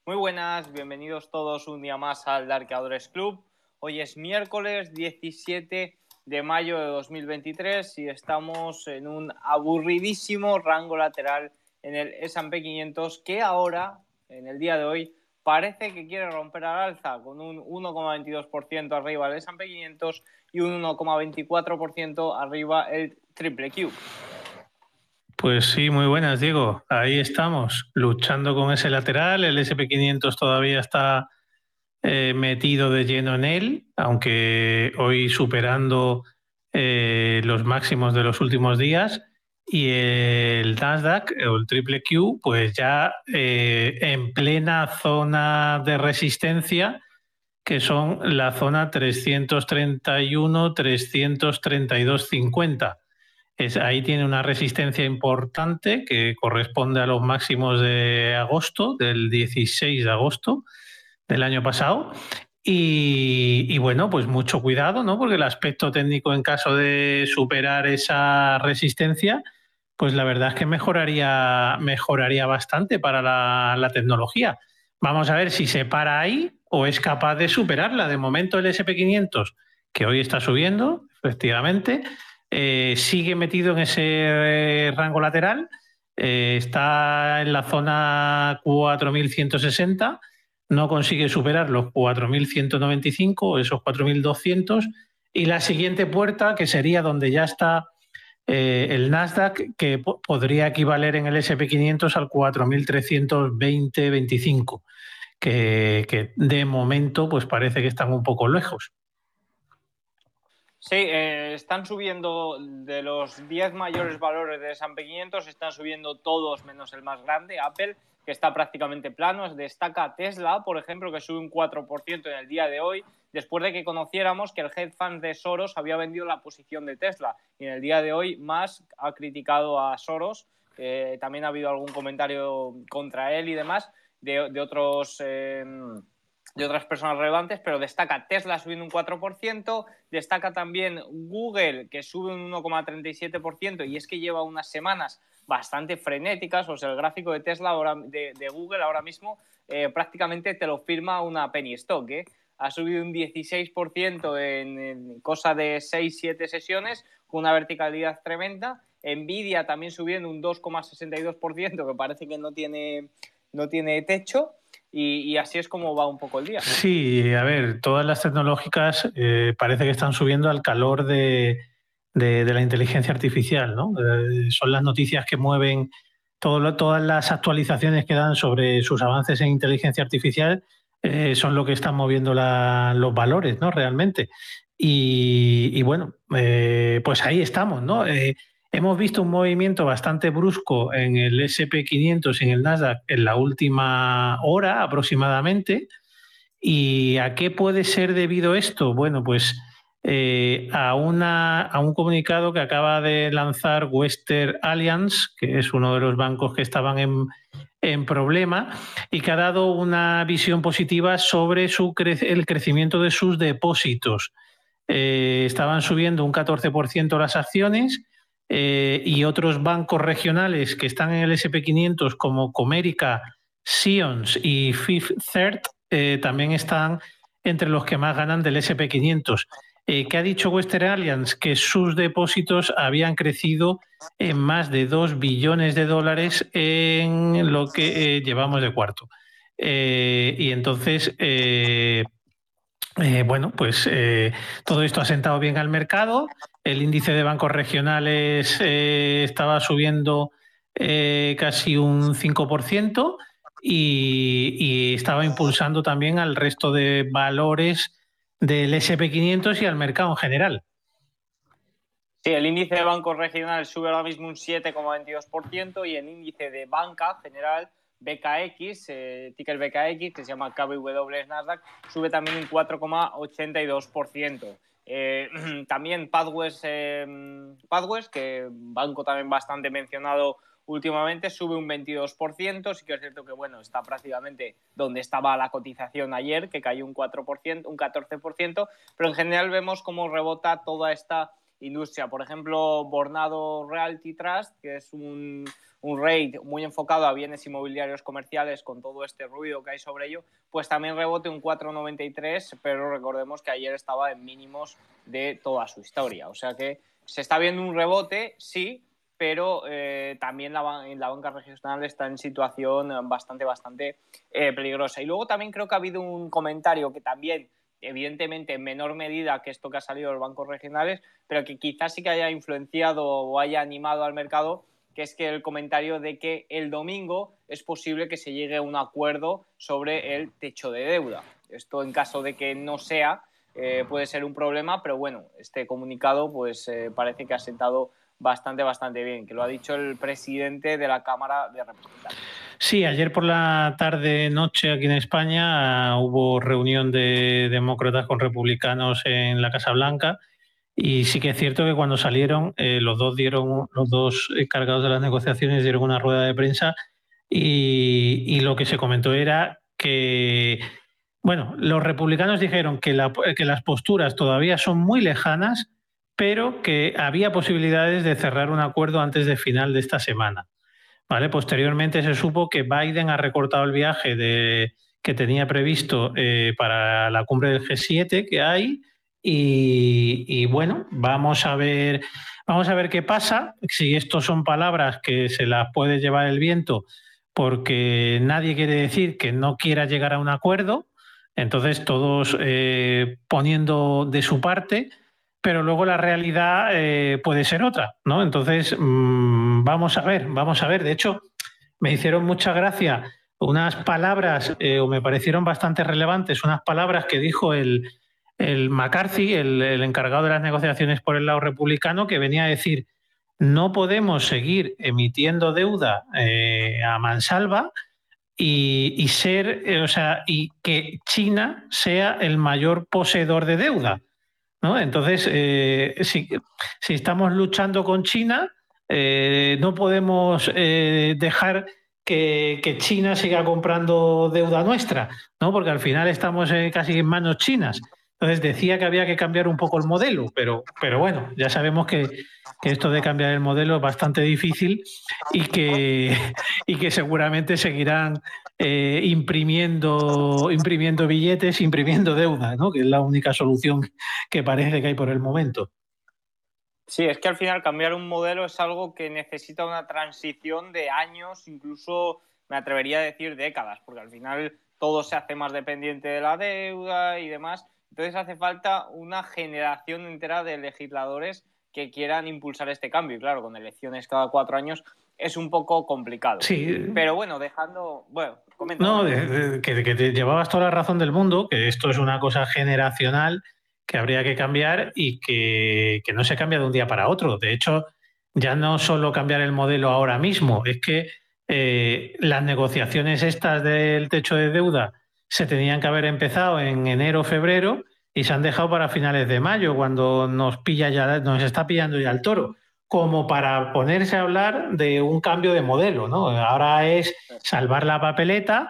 Muy buenas, bienvenidos todos un día más al Darkeadores Club. Hoy es miércoles 17 de mayo de 2023 y estamos en un aburridísimo rango lateral en el S&P 500 que ahora, en el día de hoy, parece que quiere romper al alza con un 1,22% arriba el S&P 500 y un 1,24% arriba el Triple Q. Pues sí, muy buenas, Diego. Ahí estamos, luchando con ese lateral. El SP500 todavía está metido de lleno en él, aunque hoy superando los máximos de los últimos días. Y el Nasdaq o el Triple Q, pues ya en plena zona de resistencia, que son la zona 331, 332,50. Ahí tiene una resistencia importante que corresponde a los máximos de agosto, del 16 de agosto del año pasado. Y bueno, pues mucho cuidado, ¿no? Porque el aspecto técnico, en caso de superar esa resistencia, pues la verdad es que mejoraría bastante para la tecnología. Vamos a ver si se para ahí o es capaz de superarla. De momento el SP500, que hoy está subiendo, efectivamente, sigue metido en ese rango lateral, está en la zona 4.160, no consigue superar los 4.195, esos 4.200, y la siguiente puerta, que sería donde ya está el Nasdaq, que podría equivaler en el SP500 al 4.320-25, que de momento pues parece que están un poco lejos. Sí, están subiendo de los 10 mayores valores de S&P 500, están subiendo todos menos el más grande, Apple, que está prácticamente plano. Destaca Tesla, por ejemplo, que sube un 4% en el día de hoy, después de que conociéramos que el hedge fund de Soros había vendido la posición de Tesla. Y en el día de hoy, Musk ha criticado a Soros, también ha habido algún comentario contra él y demás, de otros... de otras personas relevantes, pero destaca Tesla subiendo un 4%, destaca también Google, que sube un 1,37%, y es que lleva unas semanas bastante frenéticas. O sea, el gráfico de Tesla de Google ahora mismo prácticamente te lo firma una penny stock, ha subido un 16% en cosa de 6-7 sesiones, con una verticalidad tremenda. Nvidia también subiendo un 2,62%, que parece que no tiene techo. Y así es como va un poco el día. Sí, a ver, todas las tecnológicas parece que están subiendo al calor de la inteligencia artificial, ¿no? Son las noticias que mueven todas las actualizaciones que dan sobre sus avances en inteligencia artificial, son lo que están moviendo los valores, ¿no? Realmente. Y bueno, pues ahí estamos, ¿no? Hemos visto un movimiento bastante brusco en el SP500 y en el Nasdaq en la última hora aproximadamente. ¿Y a qué puede ser debido esto? Bueno, pues a un comunicado que acaba de lanzar Western Alliance, que es uno de los bancos que estaban en problema, y que ha dado una visión positiva sobre el crecimiento de sus depósitos. Estaban subiendo un 14% las acciones, y otros bancos regionales que están en el SP500 como Comerica, Sions y Fifth Third también están entre los que más ganan del SP500. ¿Qué ha dicho Western Alliance? Que sus depósitos habían crecido en más de 2 billones de dólares en lo que llevamos de cuarto. Y entonces, bueno, pues todo esto ha sentado bien al mercado. El índice de bancos regionales estaba subiendo casi un 5%, y estaba impulsando también al resto de valores del SP500 y al mercado en general. Sí, el índice de bancos regionales sube ahora mismo un 7,22% y el índice de banca general BKX, ticker BKX, que se llama KBW Nasdaq, sube también un 4,82%. También Padwest, que banco también bastante mencionado últimamente, sube un 22%. Sí que es cierto que bueno, está prácticamente donde estaba la cotización ayer, que cayó un 4%, un 14%, pero en general vemos cómo rebota toda esta industria. Por ejemplo, Vornado Realty Trust, que es un REIT muy enfocado a bienes inmobiliarios comerciales con todo este ruido que hay sobre ello, pues también rebote un 4,93, pero recordemos que ayer estaba en mínimos de toda su historia. O sea que se está viendo un rebote, sí, pero también en la banca regional está en situación bastante peligrosa. Y luego también creo que ha habido un comentario que también, evidentemente en menor medida que esto que ha salido de los bancos regionales, pero que quizás sí que haya influenciado o haya animado al mercado, que es que el comentario de que el domingo es posible que se llegue a un acuerdo sobre el techo de deuda. Esto, en caso de que no sea, puede ser un problema, pero bueno, este comunicado pues parece que ha sentado bastante bien, que lo ha dicho el presidente de la Cámara de Representantes. Sí, ayer por la tarde-noche aquí en España hubo reunión de demócratas con republicanos en la Casa Blanca y sí que es cierto que cuando salieron los dos encargados de las negociaciones dieron una rueda de prensa y lo que se comentó era que, bueno, los republicanos dijeron que las posturas todavía son muy lejanas, pero que había posibilidades de cerrar un acuerdo antes de final de esta semana. ¿Vale? Posteriormente se supo que Biden ha recortado el viaje que tenía previsto para la cumbre del G7 que hay y bueno, vamos a ver qué pasa, si esto son palabras que se las puede llevar el viento porque nadie quiere decir que no quiera llegar a un acuerdo, entonces todos poniendo de su parte, pero luego la realidad puede ser otra, ¿no? Entonces, vamos a ver. De hecho, me hicieron mucha gracia unas palabras, o me parecieron bastante relevantes, unas palabras que dijo el McCarthy, el encargado de las negociaciones por el lado republicano, que venía a decir, no podemos seguir emitiendo deuda a mansalva y que China sea el mayor poseedor de deuda, ¿no? Entonces, si estamos luchando con China, no podemos dejar que China siga comprando deuda nuestra, ¿no? Porque al final estamos casi en manos chinas. Entonces decía que había que cambiar un poco el modelo, pero bueno, ya sabemos que esto de cambiar el modelo es bastante difícil y que seguramente seguirán imprimiendo billetes, imprimiendo deuda, ¿no? Que es la única solución que parece que hay por el momento. Sí, es que al final cambiar un modelo es algo que necesita una transición de años, incluso me atrevería a decir décadas, porque al final todo se hace más dependiente de la deuda y demás. Entonces hace falta una generación entera de legisladores que quieran impulsar este cambio. Y claro, con elecciones cada 4 años es un poco complicado. Sí. Pero bueno, comenta. No, que te llevabas toda la razón del mundo, que esto es una cosa generacional que habría que cambiar y que no se cambia de un día para otro. De hecho, ya no solo cambiar el modelo ahora mismo, es que las negociaciones estas del techo de deuda se tenían que haber empezado en enero o febrero y se han dejado para finales de mayo, cuando nos está pillando ya el toro, como para ponerse a hablar de un cambio de modelo, ¿no? Ahora es salvar la papeleta,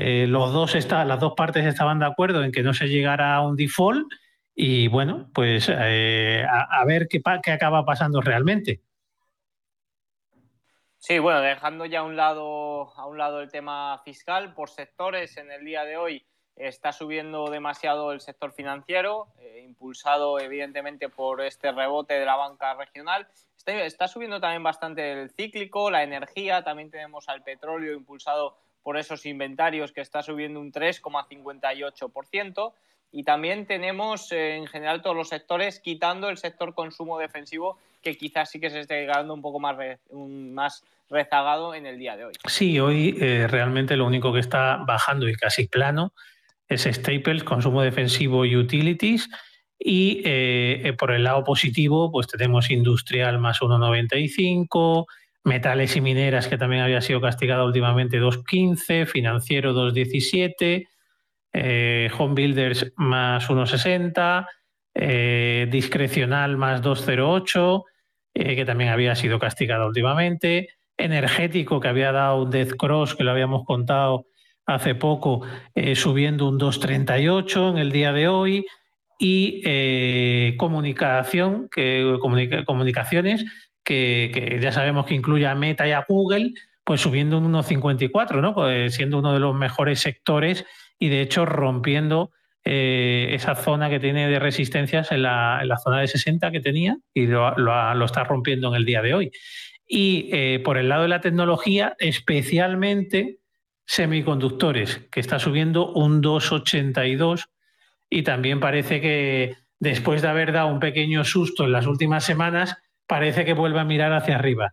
las dos partes estaban de acuerdo en que no se llegara a un default y bueno, pues a ver qué acaba pasando realmente. Sí, bueno, dejando ya a un lado el tema fiscal, por sectores, en el día de hoy está subiendo demasiado el sector financiero, impulsado evidentemente por este rebote de la banca regional. Está subiendo también bastante el cíclico, la energía, también tenemos al petróleo impulsado por esos inventarios que está subiendo un 3,58%. Y también tenemos en general todos los sectores, quitando el sector consumo defensivo, que quizás sí que se esté quedando un poco más rezagado en el día de hoy. Sí, hoy realmente lo único que está bajando y casi plano es staples, consumo defensivo y utilities. Y por el lado positivo, pues tenemos industrial más 1,95, metales y mineras, que también había sido castigado últimamente, 2,15, financiero 2,17, home builders más 1,60, discrecional más 2,08, que también había sido castigado últimamente, energético, que había dado un death cross, que lo habíamos contado hace poco, subiendo un 2,38 en el día de hoy, y comunicaciones, que ya sabemos que incluye a Meta y a Google, pues subiendo un 1,54, ¿no? Pues siendo uno de los mejores sectores y de hecho rompiendo esa zona que tiene de resistencias en la zona de 60 que tenía y lo está rompiendo en el día de hoy. Y por el lado de la tecnología, especialmente semiconductores, que está subiendo un 2,82 y también parece que después de haber dado un pequeño susto en las últimas semanas, parece que vuelve a mirar hacia arriba.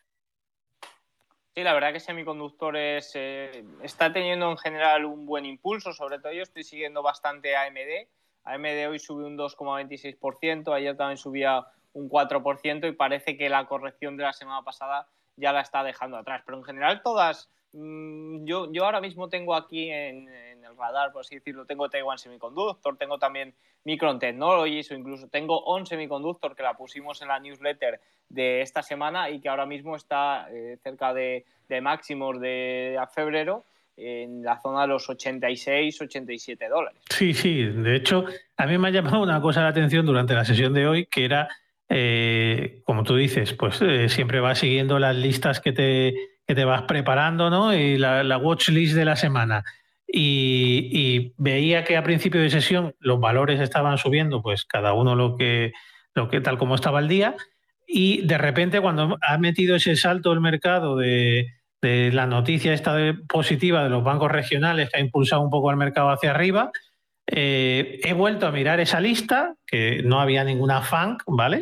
Sí, la verdad que semiconductores está teniendo en general un buen impulso, sobre todo yo estoy siguiendo bastante AMD. AMD hoy subió un 2,26%, ayer también subía un 4% y parece que la corrección de la semana pasada ya la está dejando atrás. Pero en general todas, yo ahora mismo tengo aquí en el radar, por así decirlo, tengo Taiwan Semiconductor, tengo también Micron Technologies o incluso tengo ON Semiconductor, que la pusimos en la newsletter de esta semana y que ahora mismo está cerca de máximos de febrero en la zona de los 86, 87 dólares. Sí, sí. De hecho, a mí me ha llamado una cosa la atención durante la sesión de hoy, que era, como tú dices, pues siempre vas siguiendo las listas que te vas preparando, ¿no? Y la watch list de la semana. Y veía que a principio de sesión los valores estaban subiendo, pues cada uno lo que tal como estaba el día. Y de repente, cuando ha metido ese salto el mercado de la noticia esta positiva de los bancos regionales que ha impulsado un poco al mercado hacia arriba, he vuelto a mirar esa lista, que no había ninguna FANG, ¿vale?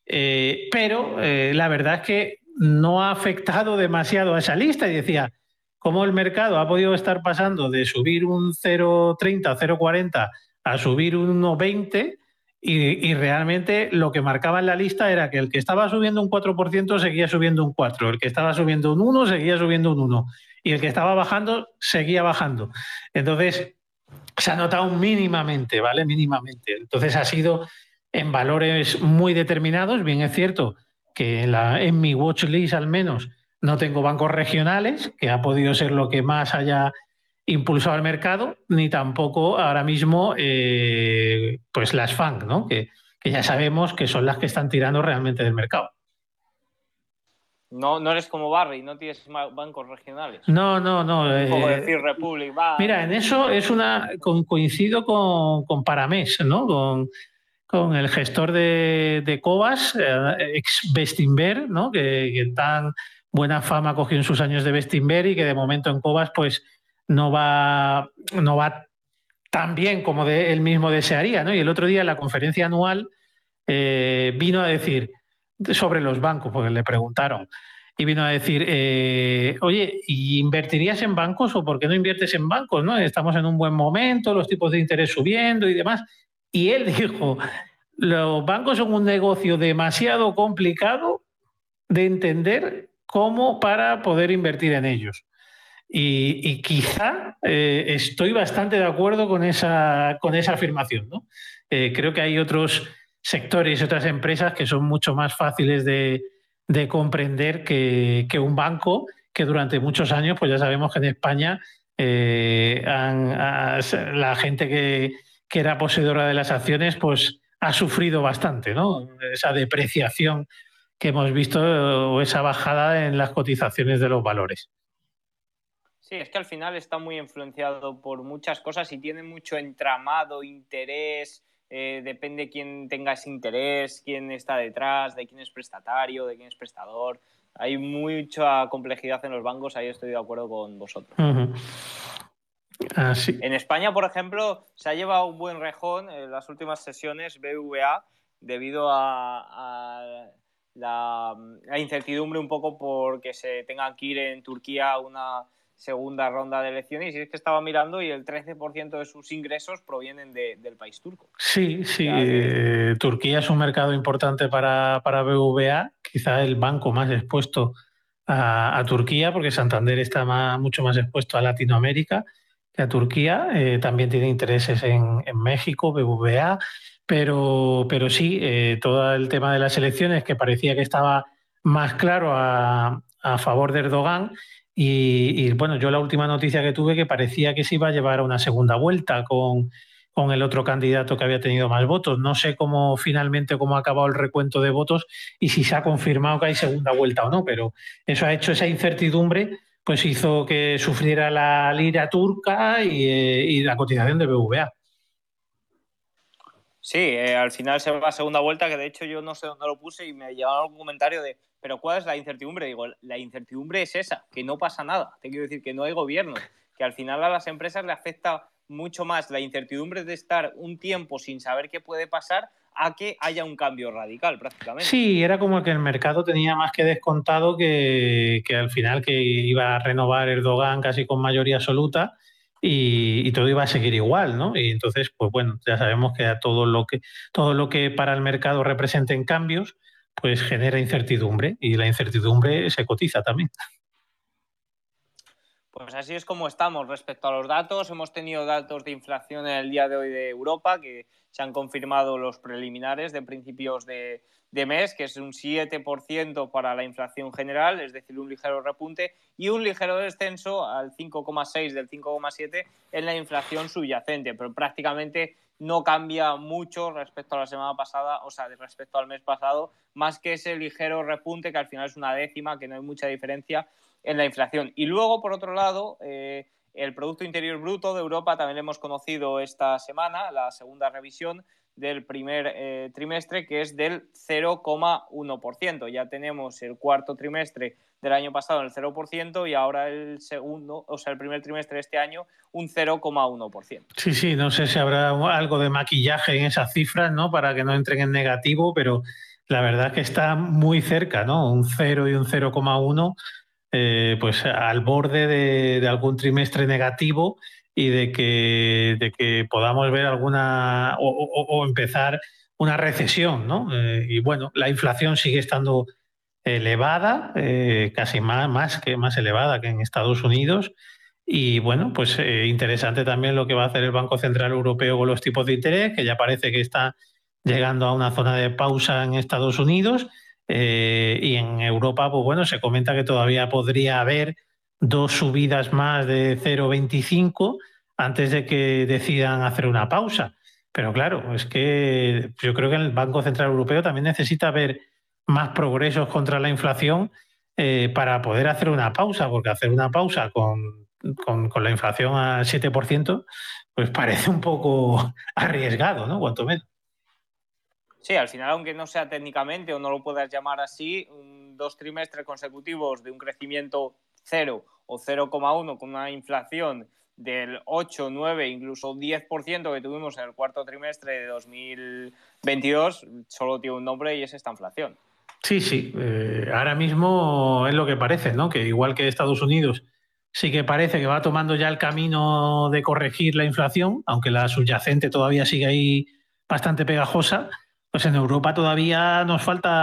Pero la verdad es que no ha afectado demasiado a esa lista y decía, ¿cómo el mercado ha podido estar pasando de subir un 0,30 o 0,40 a subir un 1,20? Y realmente lo que marcaba en la lista era que el que estaba subiendo un 4% seguía subiendo un 4%, el que estaba subiendo un 1 seguía subiendo un 1 y el que estaba bajando seguía bajando. Entonces, se ha notado mínimamente, ¿vale? Mínimamente. Entonces ha sido en valores muy determinados. Bien, es cierto que en mi watch list al menos no tengo bancos regionales, que ha podido ser lo que más haya impulsado al mercado, ni tampoco ahora mismo pues las FANG, ¿no? Que ya sabemos que son las que están tirando realmente del mercado. No eres como Barry, no tienes bancos regionales. No. Un poco de First Republic. Mira, en eso es coincido con Paramés, ¿no? Con el gestor de Cobas, ex Bestinver, ¿no? Que tan buena fama cogió en sus años de Bestinver y que de momento en Cobas pues no va tan bien como él mismo desearía, ¿no? Y el otro día en la conferencia anual vino a decir sobre los bancos, porque le preguntaron, y vino a decir, oye, ¿invertirías en bancos o por qué no inviertes en bancos? ¿No? Estamos en un buen momento, los tipos de interés subiendo y demás. Y él dijo, los bancos son un negocio demasiado complicado de entender como para poder invertir en ellos. Y quizá estoy bastante de acuerdo con esa afirmación, ¿no? Creo que hay otros sectores y otras empresas que son mucho más fáciles de comprender que un banco que durante muchos años, pues ya sabemos que en España la gente que era poseedora de las acciones, pues ha sufrido bastante, ¿no? Esa depreciación que hemos visto o esa bajada en las cotizaciones de los valores. Sí, es que al final está muy influenciado por muchas cosas y tiene mucho entramado, interés, depende quién tenga ese interés, quién está detrás, de quién es prestatario, de quién es prestador. Hay mucha complejidad en los bancos, ahí estoy de acuerdo con vosotros. Uh-huh. Sí. En España, por ejemplo, se ha llevado un buen rejón en las últimas sesiones BBVA debido a la incertidumbre un poco porque se tenga que ir en Turquía una segunda ronda de elecciones, y es que estaba mirando y el 13% de sus ingresos provienen del país turco. Sí. Turquía es un mercado importante para BBVA, quizá el banco más expuesto a Turquía, porque Santander está mucho más expuesto a Latinoamérica que a Turquía. También tiene intereses en México, BBVA, pero sí, todo el tema de las elecciones, que parecía que estaba más claro a favor de Erdogan. Y bueno, yo la última noticia que tuve que parecía que se iba a llevar a una segunda vuelta con con el otro candidato que había tenido más votos. No sé finalmente cómo ha acabado el recuento de votos y si se ha confirmado que hay segunda vuelta o no, pero eso ha hecho esa incertidumbre, pues hizo que sufriera la lira turca y la cotización de BVA. Sí, al final se va a segunda vuelta, que de hecho yo no sé dónde lo puse y me llegaron un comentario de, pero ¿cuál es la incertidumbre? Digo, la incertidumbre es esa, que no pasa nada. Te quiero decir que no hay gobierno, que al final a las empresas le afecta mucho más la incertidumbre de estar un tiempo sin saber qué puede pasar a que haya un cambio radical prácticamente. Sí, era como que el mercado tenía más que descontado que al final que iba a renovar Erdogan casi con mayoría absoluta y todo iba a seguir igual, ¿no? Y entonces, pues bueno, ya sabemos que todo lo que para el mercado representen cambios, pues genera incertidumbre y la incertidumbre se cotiza también. Pues así es como estamos respecto a los datos. Hemos tenido datos de inflación en el día de hoy de Europa, que se han confirmado los preliminares de principios de mes, que es un 7% para la inflación general, es decir, un ligero repunte, y un ligero descenso al 5,6 del 5,7 en la inflación subyacente, pero prácticamente no cambia mucho respecto a la semana pasada, o sea, respecto al mes pasado, más que ese ligero repunte, que al final es una décima, que no hay mucha diferencia en la inflación. Y luego, por otro lado, el Producto Interior Bruto de Europa también lo hemos conocido esta semana, la segunda revisión del primer trimestre, que es del 0,1%. Ya tenemos el cuarto trimestre del año pasado en el 0% y ahora el segundo, o sea, el primer trimestre de este año, un 0,1%. Sí, no sé si habrá algo de maquillaje en esas cifras, ¿no? Para que no entren en negativo, pero la verdad es que está muy cerca, ¿no? Un 0 y un 0,1, pues al borde de algún trimestre negativo y de que podamos ver alguna o empezar una recesión, ¿no? Y bueno, la inflación sigue estando elevada, casi más elevada que en Estados Unidos. Y bueno, pues interesante también lo que va a hacer el Banco Central Europeo con los tipos de interés, que ya parece que está llegando a una zona de pausa en Estados Unidos. Y en Europa, pues bueno, se comenta que todavía podría haber 2 subidas más de 0,25 antes de que decidan hacer una pausa. Pero claro, es que yo creo que el Banco Central Europeo también necesita ver más progresos contra la inflación para poder hacer una pausa, porque hacer una pausa con la inflación al 7%, pues parece un poco arriesgado, ¿no? Cuanto menos. Sí, al final, aunque no sea técnicamente o no lo puedas llamar así, 2 trimestres consecutivos de un crecimiento 0 o 0,1 con una inflación del 8, 9, incluso 10% que tuvimos en el cuarto trimestre de 2022, solo tiene un nombre y es esta inflación. Sí. Ahora mismo es lo que parece, ¿no? Que igual que Estados Unidos sí que parece que va tomando ya el camino de corregir la inflación, aunque la subyacente todavía sigue ahí bastante pegajosa, pues en Europa todavía nos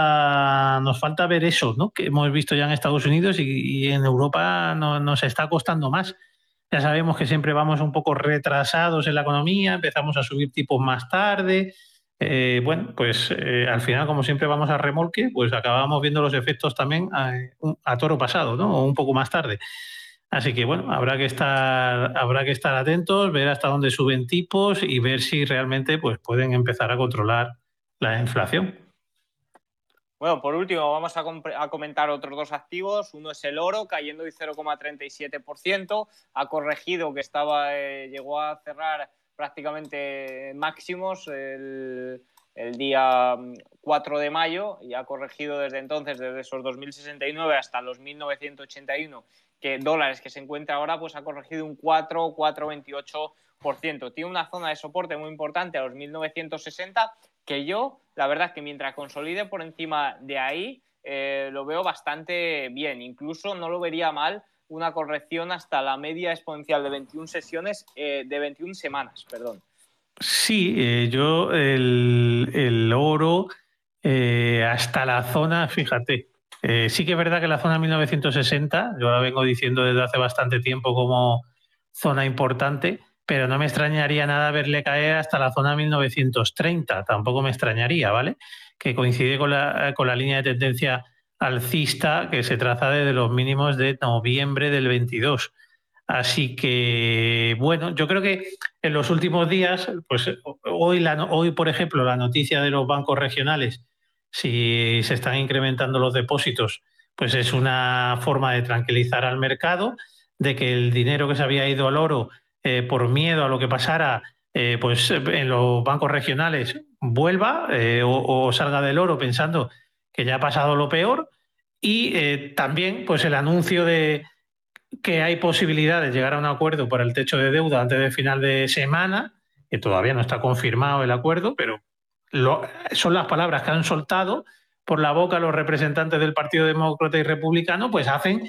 falta ver eso, ¿no? Que hemos visto ya en Estados Unidos y en Europa nos está costando más. Ya sabemos que siempre vamos un poco retrasados en la economía, empezamos a subir tipos más tarde. Bueno, pues al final, como siempre vamos a remolque, pues acabamos viendo los efectos también a toro pasado, ¿no? O un poco más tarde. Así que bueno, habrá que estar atentos, ver hasta dónde suben tipos y ver si realmente pues, pueden empezar a controlar la inflación. Bueno, por último, vamos a comentar otros 2 activos. Uno es el oro, cayendo de 0,37%. Ha corregido, que llegó a cerrar prácticamente máximos el día 4 de mayo y ha corregido desde entonces, desde esos 2.069 hasta los 1.981 dólares que se encuentra ahora, pues ha corregido un 4,28%. Tiene una zona de soporte muy importante a los 1.960, que yo, la verdad es que mientras consolide por encima de ahí, lo veo bastante bien. Incluso no lo vería mal una corrección hasta la media exponencial de 21 sesiones, de 21 semanas, perdón. Sí, yo el oro hasta la zona, fíjate, sí que es verdad que la zona 1960, yo la vengo diciendo desde hace bastante tiempo como zona importante, pero no me extrañaría nada verle caer hasta la zona 1930, tampoco me extrañaría, ¿vale? Que coincide con la línea de tendencia alcista que se traza desde los mínimos de noviembre del 22. Así que, bueno, yo creo que en los últimos días, pues hoy, por ejemplo, la noticia de los bancos regionales, si se están incrementando los depósitos, pues es una forma de tranquilizar al mercado, de que el dinero que se había ido al oro por miedo a lo que pasara, pues en los bancos regionales vuelva o salga del oro pensando que ya ha pasado lo peor. Y también pues el anuncio de que hay posibilidad de llegar a un acuerdo por el techo de deuda antes del final de semana, que todavía no está confirmado el acuerdo, pero son las palabras que han soltado por la boca los representantes del Partido Demócrata y Republicano, pues hacen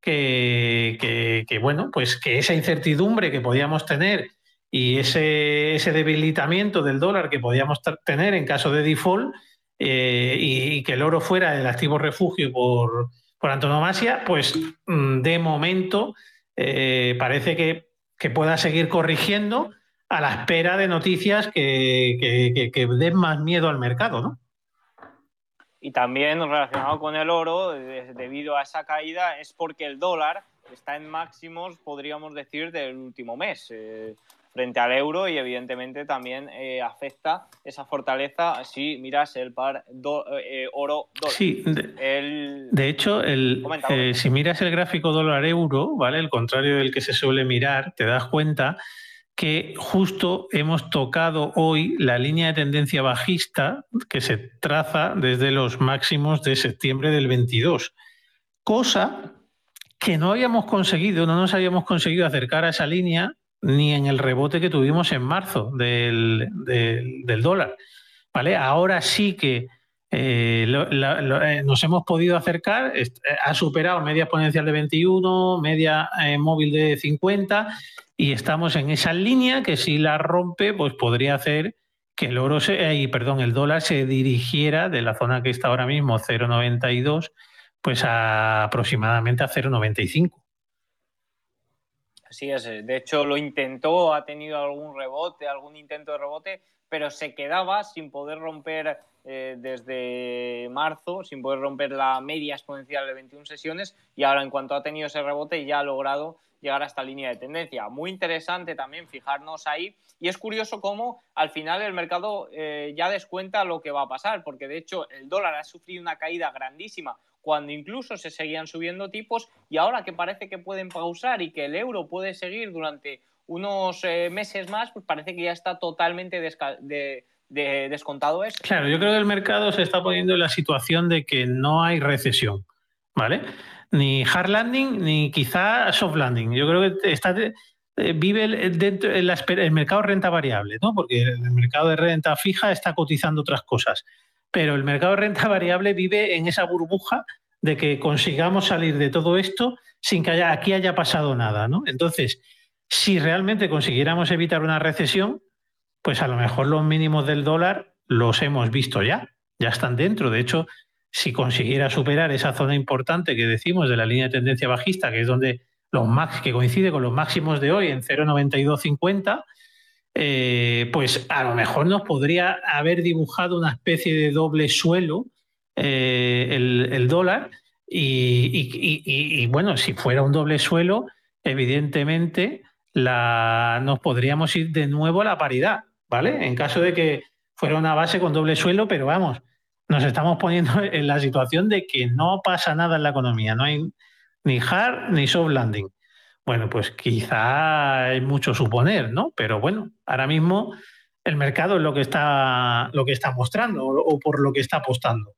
bueno, pues que esa incertidumbre que podíamos tener y ese debilitamiento del dólar que podíamos tener en caso de default, y que el oro fuera el activo refugio por antonomasia, pues de momento parece que pueda seguir corrigiendo a la espera de noticias que den más miedo al mercado, ¿no? Y también relacionado con el oro, debido a esa caída, es porque el dólar está en máximos, podríamos decir, del último mes frente al euro, y evidentemente también afecta esa fortaleza si miras el par oro-dólar. Sí, de hecho, si miras el gráfico dólar-euro, ¿vale? El contrario del que se suele mirar, te das cuenta que justo hemos tocado hoy la línea de tendencia bajista que se traza desde los máximos de septiembre del 22, cosa que no nos habíamos conseguido acercar a esa línea ni en el rebote que tuvimos en marzo del dólar, ¿vale? Ahora sí que nos hemos podido acercar, ha superado media exponencial de 21, media móvil de 50, y estamos en esa línea que si la rompe, pues podría hacer que el dólar se dirigiera de la zona que está ahora mismo, 0,92, pues aproximadamente a 0,95. Así es. De hecho, lo intentó, ha tenido algún intento de rebote, pero se quedaba sin poder romper desde marzo, sin poder romper la media exponencial de 21 sesiones, y ahora, en cuanto ha tenido ese rebote, ya ha logrado llegar a esta línea de tendencia. Muy interesante también fijarnos ahí, y es curioso cómo al final el mercado ya descuenta lo que va a pasar, porque de hecho el dólar ha sufrido una caída grandísima cuando incluso se seguían subiendo tipos, y ahora que parece que pueden pausar y que el euro puede seguir durante unos meses más, pues parece que ya está totalmente descontado eso. Claro, yo creo que el mercado se está poniendo en la situación de que no hay recesión, ¿vale? Ni hard landing, ni quizá soft landing. Yo creo que vive dentro el mercado de renta variable, ¿no? Porque el mercado de renta fija está cotizando otras cosas, pero el mercado de renta variable vive en esa burbuja de que consigamos salir de todo esto sin que aquí haya pasado nada, ¿no? Entonces, si realmente consiguiéramos evitar una recesión, pues a lo mejor los mínimos del dólar los hemos visto ya están dentro. De hecho, si consiguiera superar esa zona importante que decimos de la línea de tendencia bajista, que es donde que coincide con los máximos de hoy en 0,9250, pues a lo mejor nos podría haber dibujado una especie de doble suelo el dólar, y bueno, si fuera un doble suelo, evidentemente nos podríamos ir de nuevo a la paridad, ¿vale? En caso de que fuera una base con doble suelo, pero vamos, nos estamos poniendo en la situación de que no pasa nada en la economía, no hay ni hard ni soft landing. Bueno, pues quizá es mucho suponer, ¿no? Pero bueno, ahora mismo el mercado es lo que está mostrando o por lo que está apostando.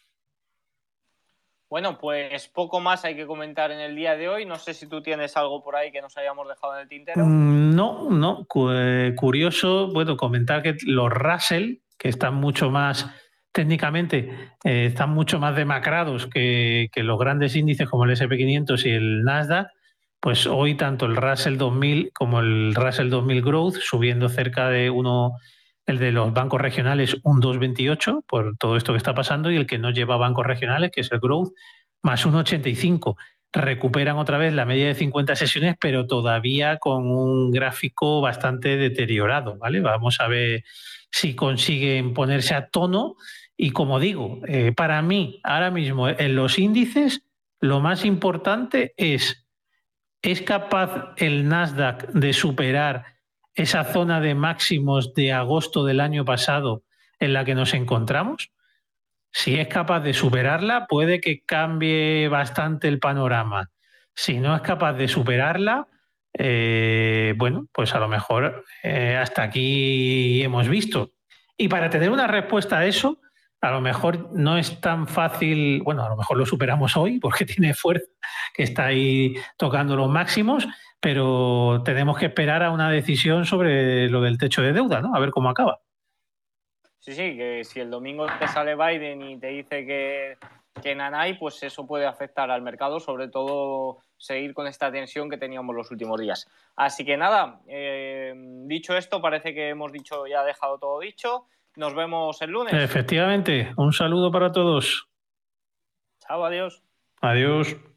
Bueno, pues poco más hay que comentar en el día de hoy. No sé si tú tienes algo por ahí que nos hayamos dejado en el tintero. No. Curioso, bueno, comentar que los Russell, que están mucho más, técnicamente, están mucho más demacrados que los grandes índices como el S&P 500 y el Nasdaq, pues hoy tanto el Russell 2000 como el Russell 2000 Growth subiendo cerca de el de los bancos regionales un 2,28 por todo esto que está pasando, y el que no lleva bancos regionales, que es el Growth, más 1,85. Recuperan otra vez la media de 50 sesiones, pero todavía con un gráfico bastante deteriorado, ¿vale? Vamos a ver si consiguen ponerse a tono. Y como digo, para mí, ahora mismo en los índices, lo más importante es ¿Es capaz el Nasdaq de superar esa zona de máximos de agosto del año pasado en la que nos encontramos? Si es capaz de superarla, puede que cambie bastante el panorama. Si no es capaz de superarla, bueno, pues a lo mejor hasta aquí hemos visto. Y para tener una respuesta a eso, a lo mejor no es tan fácil, bueno, a lo mejor lo superamos hoy porque tiene fuerza, que está ahí tocando los máximos, pero tenemos que esperar a una decisión sobre lo del techo de deuda, ¿no? A ver cómo acaba. Sí, sí, que si el domingo te sale Biden y te dice que nanay, pues eso puede afectar al mercado, sobre todo seguir con esta tensión que teníamos los últimos días. Así que nada, dicho esto, parece que hemos dicho, ya dejado todo dicho. Nos vemos el lunes. Efectivamente, un saludo para todos. Chao, adiós. Adiós.